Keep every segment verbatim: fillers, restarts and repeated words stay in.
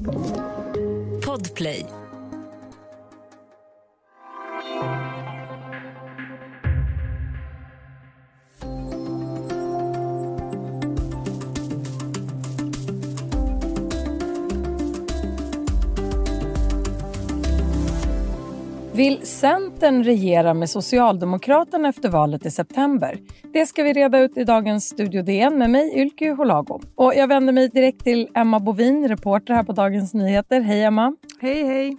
Podplay. Vill Centern regera med Socialdemokraterna efter valet i september? Det ska vi reda ut i dagens Studio D N med mig, Ylke Holago. Och jag vänder mig direkt till Emma Bovin, reporter här på Dagens Nyheter. Hej Emma! Hej hej!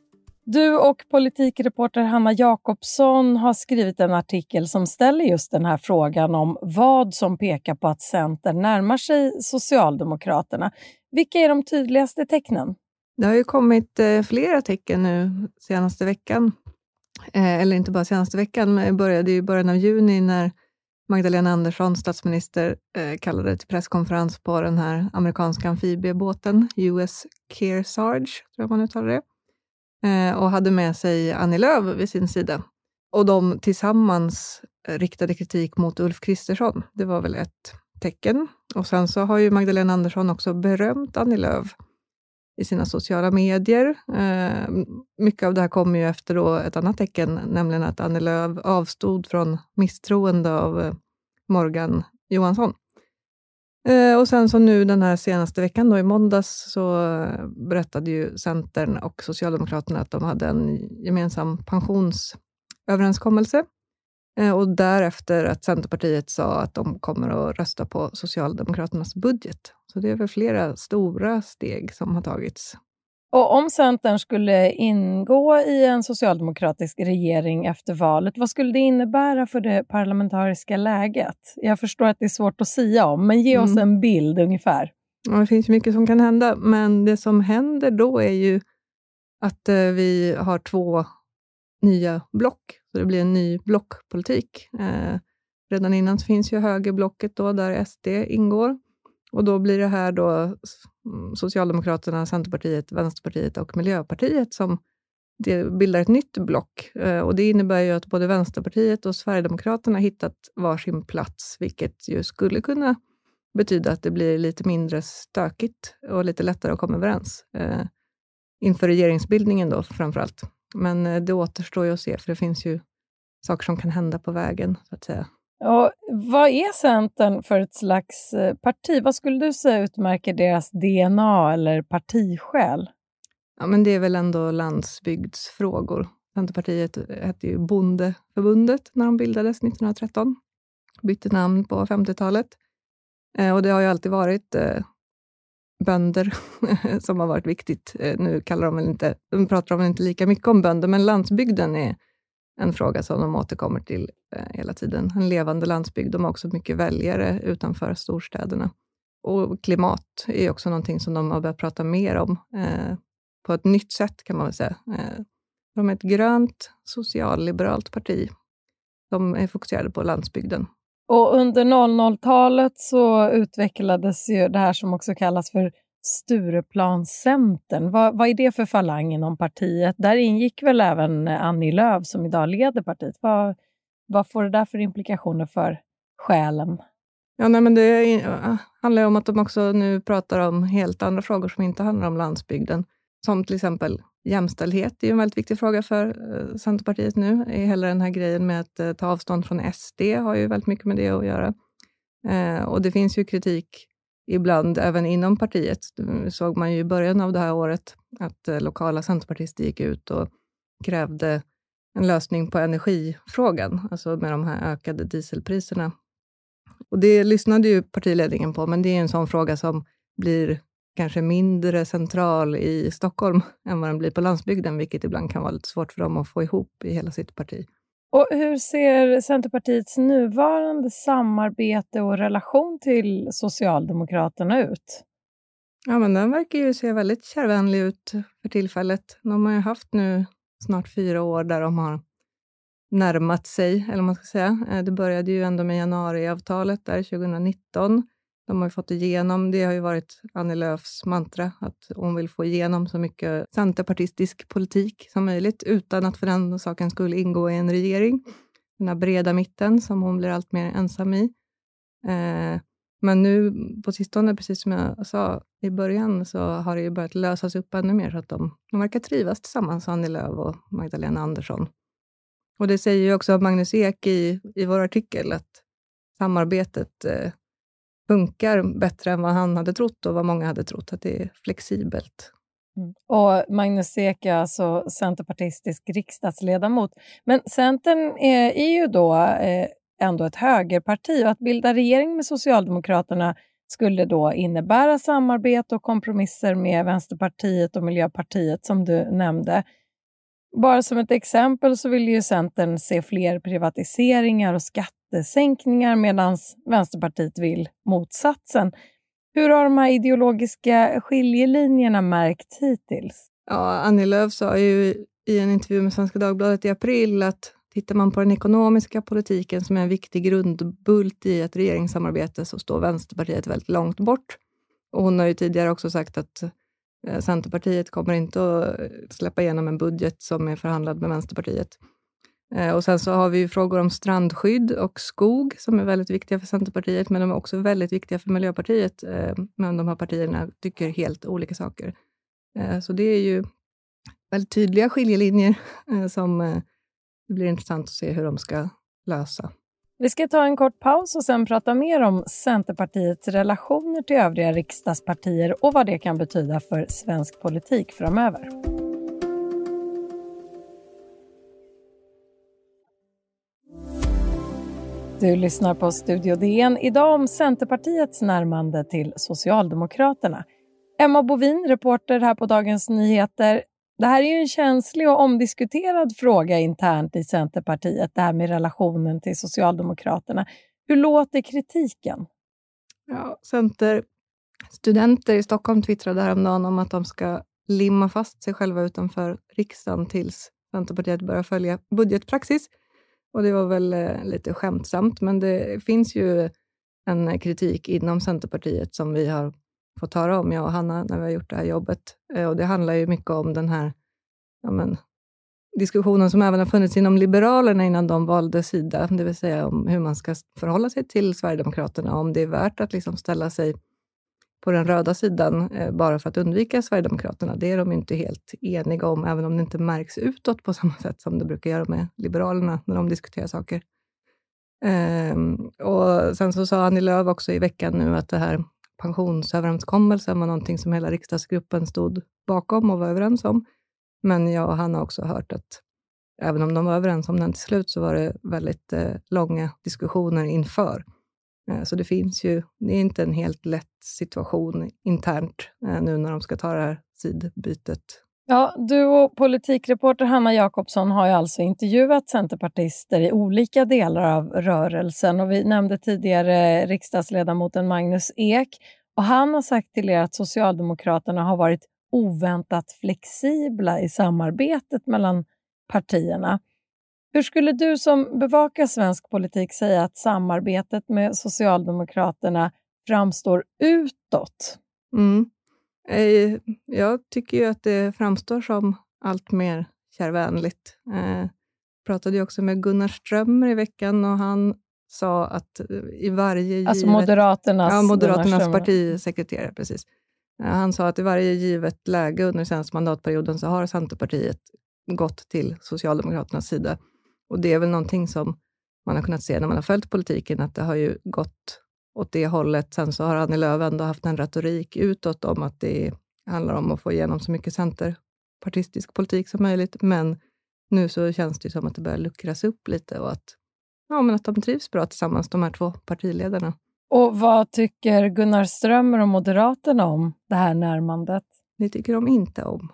Du och politikreporter Hanna Jakobsson har skrivit en artikel som ställer just den här frågan om vad som pekar på att Centern närmar sig Socialdemokraterna. Vilka är de tydligaste tecknen? Det har ju kommit eh, flera tecken nu senaste veckan. Eh, eller inte bara senaste veckan, men det började ju i början av juni när Magdalena Andersson, statsminister, eh, kallade till presskonferens på den här amerikanska amfibiebåten U S Kearsarge, tror jag man uttalar det. Eh, och hade med sig Annie Lööf vid sin sida. Och de tillsammans riktade kritik mot Ulf Kristersson. Det var väl ett tecken. Och sen så har ju Magdalena Andersson också berömt Annie Lööf i sina sociala medier. Eh, mycket av det här kommer ju efter då ett annat tecken, nämligen att Annie Lööf avstod från misstroende av eh, Morgan Johansson. Eh, och sen så nu den här senaste veckan då i måndags så berättade ju Centern och Socialdemokraterna att de hade en gemensam pensionsöverenskommelse. Eh, och därefter att Centerpartiet sa att de kommer att rösta på Socialdemokraternas budget. Så det är väl flera stora steg som har tagits. Och om Centern skulle ingå i en socialdemokratisk regering efter valet, vad skulle det innebära för det parlamentariska läget? Jag förstår att det är svårt att säga om, men ge oss mm. en bild ungefär. Ja, det finns mycket som kan hända, men det som händer då är ju att eh, vi har två nya block. Så det blir en ny blockpolitik. Eh, redan innan så finns ju högerblocket då där S D ingår. Och då blir det här då Socialdemokraterna, Centerpartiet, Vänsterpartiet och Miljöpartiet som det bildar ett nytt block. Eh, och det innebär ju att både Vänsterpartiet och Sverigedemokraterna hittat varsin plats. Vilket ju skulle kunna betyda att det blir lite mindre stökigt och lite lättare att komma överens. Eh, inför regeringsbildningen då framförallt. Men det återstår ju att se, för det finns ju saker som kan hända på vägen, så att säga. Och vad är Centern för ett slags parti? Vad skulle du säga utmärker deras D N A eller partisjäl? Ja, men det är väl ändå landsbygdsfrågor. Centerpartiet hette ju Bondeförbundet när de bildades nittonhundratretton. Bytte namn på femtiotalet. Eh, och det har ju alltid varit eh, bönder som har varit viktigt. Nu kallar de väl inte, de pratar de inte lika mycket om bönder, men landsbygden är en fråga som de återkommer till eh, hela tiden. En levande landsbygd, de har också mycket väljare utanför storstäderna. Och klimat är också någonting som de har börjat prata mer om eh, på ett nytt sätt kan man väl säga. Eh, de är ett grönt socialliberalt parti. De är fokuserade på landsbygden. Och under noll noll-talet så utvecklades ju det här som också kallas för Stureplanscentern. Vad, vad är det för falang inom partiet? Där ingick väl även Annie Lööf som idag leder partiet. Vad, vad får det där för implikationer för själen? Ja, nej, men det handlar om att de också nu pratar om helt andra frågor som inte handlar om landsbygden. Som till exempel jämställdhet. Det är ju en väldigt viktig fråga för eh, Centerpartiet nu. Hela den här grejen med att eh, ta avstånd från S D har ju väldigt mycket med det att göra. Eh, och det finns ju kritik ibland även inom partiet. Det såg man ju i början av det här året att eh, lokala centerpartister gick ut och krävde en lösning på energifrågan. Alltså med de här ökade dieselpriserna. Och det lyssnade ju partiledningen på, men det är en sån fråga som blir kanske mindre central i Stockholm än vad den blir på landsbygden, vilket ibland kan vara lite svårt för dem att få ihop i hela sitt parti. Och hur ser Centerpartiets nuvarande samarbete och relation till Socialdemokraterna ut? Ja, men den verkar ju se väldigt kärvänlig ut för tillfället. De har ju haft nu snart fyra år där de har närmat sig, eller man ska säga. Det började ju ändå med januariavtalet där tjugonitton. De har ju fått igenom, det har ju varit Annie Lööfs mantra, att hon vill få igenom så mycket centerpartistisk politik som möjligt utan att för den saken skulle ingå i en regering. Den här breda mitten som hon blir allt mer ensam i. Eh, Men nu på sistone, precis som jag sa i början, så har det ju börjat lösas upp ännu mer så att de, de verkar trivas tillsammans, Annie Lööf och Magdalena Andersson. Och det säger ju också Magnus Ek i, i vår artikel att samarbetet eh, funkar bättre än vad han hade trott och vad många hade trott, att det är flexibelt. Mm. Och Magnus Ek är alltså centerpartistisk riksdagsledamot. Men Centern är, är ju då eh, ändå ett högerparti och att bilda regering med Socialdemokraterna skulle då innebära samarbete och kompromisser med Vänsterpartiet och Miljöpartiet som du nämnde. Bara som ett exempel så vill ju Centern se fler privatiseringar och skattesänkningar medan Vänsterpartiet vill motsatsen. Hur har de här ideologiska skiljelinjerna märkt hittills? Ja, Annie Lööf sa ju i en intervju med Svenska Dagbladet i april att tittar man på den ekonomiska politiken som är en viktig grundbult i ett regeringssamarbete så står Vänsterpartiet väldigt långt bort. Och hon har ju tidigare också sagt att Centerpartiet kommer inte att släppa igenom en budget som är förhandlad med Vänsterpartiet. Och sen så har vi ju frågor om strandskydd och skog som är väldigt viktiga för Centerpartiet, men de är också väldigt viktiga för Miljöpartiet. Men de här partierna tycker helt olika saker. Så det är ju väldigt tydliga skiljelinjer som det blir intressant att se hur de ska lösa. Vi ska ta en kort paus och sen prata mer om Centerpartiets relationer till övriga riksdagspartier och vad det kan betyda för svensk politik framöver. Du lyssnar på Studio D N idag om Centerpartiets närmande till Socialdemokraterna. Emma Bovin, reporter här på Dagens Nyheter. Det här är ju en känslig och omdiskuterad fråga internt i Centerpartiet, det här med relationen till Socialdemokraterna. Hur låter kritiken? Ja, Centerstudenter i Stockholm twittrade häromdagen om att de ska limma fast sig själva utanför riksdagen tills Centerpartiet börjar följa budgetpraxis. Och det var väl eh, lite skämtsamt, men det finns ju en kritik inom Centerpartiet som vi har fått höra om, jag och Hanna, när vi har gjort det här jobbet. Eh, och det handlar ju mycket om den här ja, men, diskussionen som även har funnits inom Liberalerna innan de valde sida. Det vill säga om hur man ska förhålla sig till Sverigedemokraterna. Om det är värt att liksom ställa sig på den röda sidan eh, bara för att undvika Sverigedemokraterna. Det är de inte helt eniga om, även om det inte märks utåt på samma sätt som det brukar göra med Liberalerna när de diskuterar saker. Ehm, och sen så sa Annie Lööf också i veckan nu att det här pensionsöverenskommelsen var någonting som hela riksdagsgruppen stod bakom och var överens om. Men jag och han har också hört att även om de var överens om den till slut så var det väldigt eh, långa diskussioner inför. Eh, så det finns ju, det är inte en helt lätt situation internt eh, nu när de ska ta det här sidbytet. Ja, du och politikreporter Hanna Jakobsson har ju alltså intervjuat centerpartister i olika delar av rörelsen. Och vi nämnde tidigare riksdagsledamoten Magnus Ek. Och han har sagt till er att Socialdemokraterna har varit oväntat flexibla i samarbetet mellan partierna. Hur skulle du som bevakar svensk politik säga att samarbetet med Socialdemokraterna framstår utåt? Mm. Jag tycker ju att det framstår som allt mer kärvänligt. Jag pratade ju också med Gunnar Strömmer i veckan och han sa att i varje alltså givet... Moderaternas, ja, Moderaternas partisekreterare, precis. Han sa att i varje givet läge under senaste mandatperioden så har Centerpartiet gått till Socialdemokraternas sida. Och det är väl någonting som man har kunnat se när man har följt politiken, att det har ju gått åt det hållet. Sen så har Annie Lööf ändå haft en retorik utåt om att det handlar om att få igenom så mycket centerpartistisk politik som möjligt. Men nu så känns det som att det börjar luckras upp lite och att, ja, men att de trivs bra tillsammans, de här två partiledarna. Och vad tycker Gunnar Strömmer och Moderaterna om det här närmandet? Det tycker de inte om.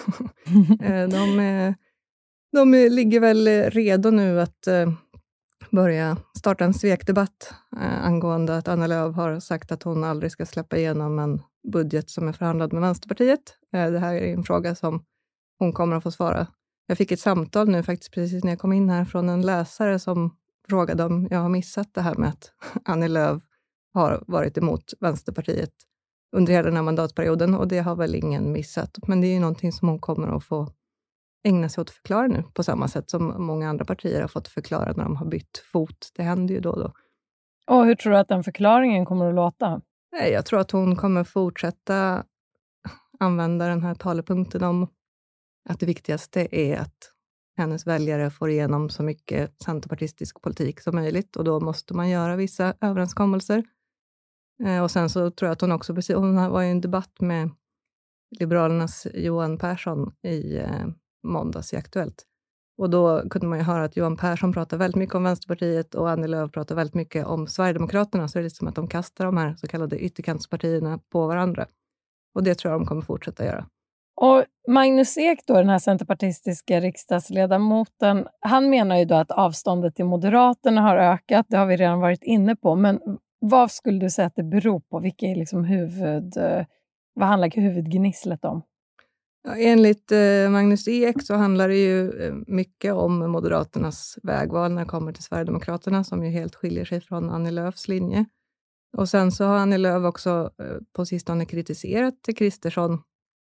de, de ligger väl redo nu att börja starta en svekdebatt angående att Annie Lööf har sagt att hon aldrig ska släppa igenom en budget som är förhandlad med Vänsterpartiet. Det här är en fråga som hon kommer att få svara. Jag fick ett samtal nu faktiskt precis när jag kom in här från en läsare som frågade om jag har missat det här med att Annie Lööf har varit emot Vänsterpartiet under hela den här mandatperioden, och det har väl ingen missat. Men det är ju någonting som hon kommer att få ägna sig åt att förklara nu, på samma sätt som många andra partier har fått förklara när de har bytt fot. Det händer ju då och då. Och hur tror du att den förklaringen kommer att låta? Nej, jag tror att hon kommer fortsätta använda den här talepunkten om att det viktigaste är att hennes väljare får igenom så mycket centerpartistisk politik som möjligt, och då måste man göra vissa överenskommelser. Eh, och sen så tror jag att hon också, precis, hon var i en debatt med Liberalernas Johan Persson i eh, måndags i Aktuellt. Och då kunde man ju höra att Johan Persson pratar väldigt mycket om Vänsterpartiet och Annie Lööf pratar väldigt mycket om Sverigedemokraterna, så det är liksom att de kastar de här så kallade ytterkantspartierna på varandra. Och det tror jag de kommer fortsätta göra. Och Magnus Ek då, den här centerpartistiska riksdagsledamoten, han menar ju då att avståndet till Moderaterna har ökat, det har vi redan varit inne på, men vad skulle du säga att det beror på? Vilka är liksom huvud, vad handlar huvudgnisslet om? Ja, enligt eh, Magnus Ek så handlar det ju eh, mycket om Moderaternas vägval när det kommer till Sverigedemokraterna, som ju helt skiljer sig från Annie Lööfs linje. Och sen så har Annie Lööf också eh, på sistone kritiserat Kristersson,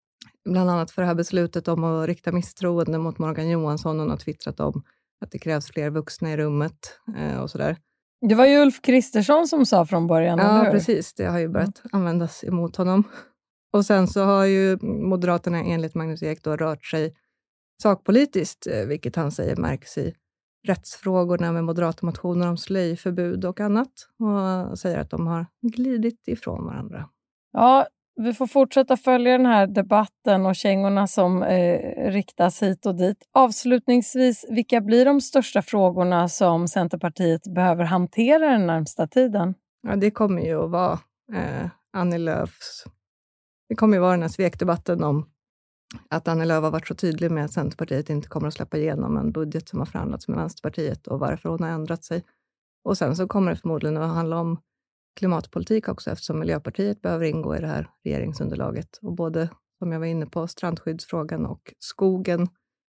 bland annat för det här beslutet om att rikta misstroende mot Morgan Johansson, och har twittrat om att det krävs fler vuxna i rummet eh, och sådär. Det var ju Ulf Kristersson som sa från början, ja, eller hur? Precis. Det har ju börjat mm. användas emot honom. Och sen så har ju Moderaterna enligt Magnus Ek då rört sig sakpolitiskt, vilket han säger märks i rättsfrågorna med moderata motioner om slöjförbud och annat. Och säger att de har glidit ifrån varandra. Ja, vi får fortsätta följa den här debatten och kängorna som eh, riktas hit och dit. Avslutningsvis, vilka blir de största frågorna som Centerpartiet behöver hantera den närmsta tiden? Ja, det kommer ju att vara eh, Annie Lööfs... Det kommer ju vara den här svekdebatten om att Annie Lööf har varit så tydlig med att Centerpartiet inte kommer att släppa igenom en budget som har förhandlats med Vänsterpartiet och varför hon har ändrat sig. Och sen så kommer det förmodligen att handla om klimatpolitik också, eftersom Miljöpartiet behöver ingå i det här regeringsunderlaget. Och både, som jag var inne på, strandskyddsfrågan och skogen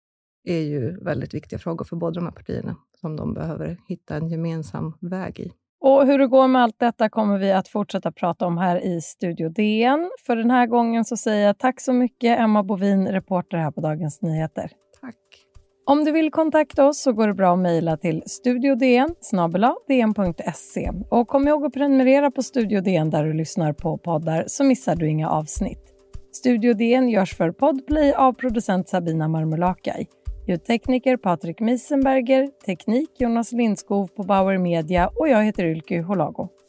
är ju väldigt viktiga frågor för båda de här partierna som de behöver hitta en gemensam väg i. Och hur det går med allt detta kommer vi att fortsätta prata om här i Studio D N. För den här gången så säger jag tack så mycket, Emma Bovin, reporter här på Dagens Nyheter. Tack. Om du vill kontakta oss så går det bra att mejla till studiodn snabel-a dn punkt se. Och kom ihåg att prenumerera på Studio D N där du lyssnar på poddar, så missar du inga avsnitt. Studio D N görs för Podplay av producent Sabina Marmulakai. Ljudtekniker Patrik Miesenberger, teknik Jonas Lindskov på Bauer Media och jag heter Ylke Holago.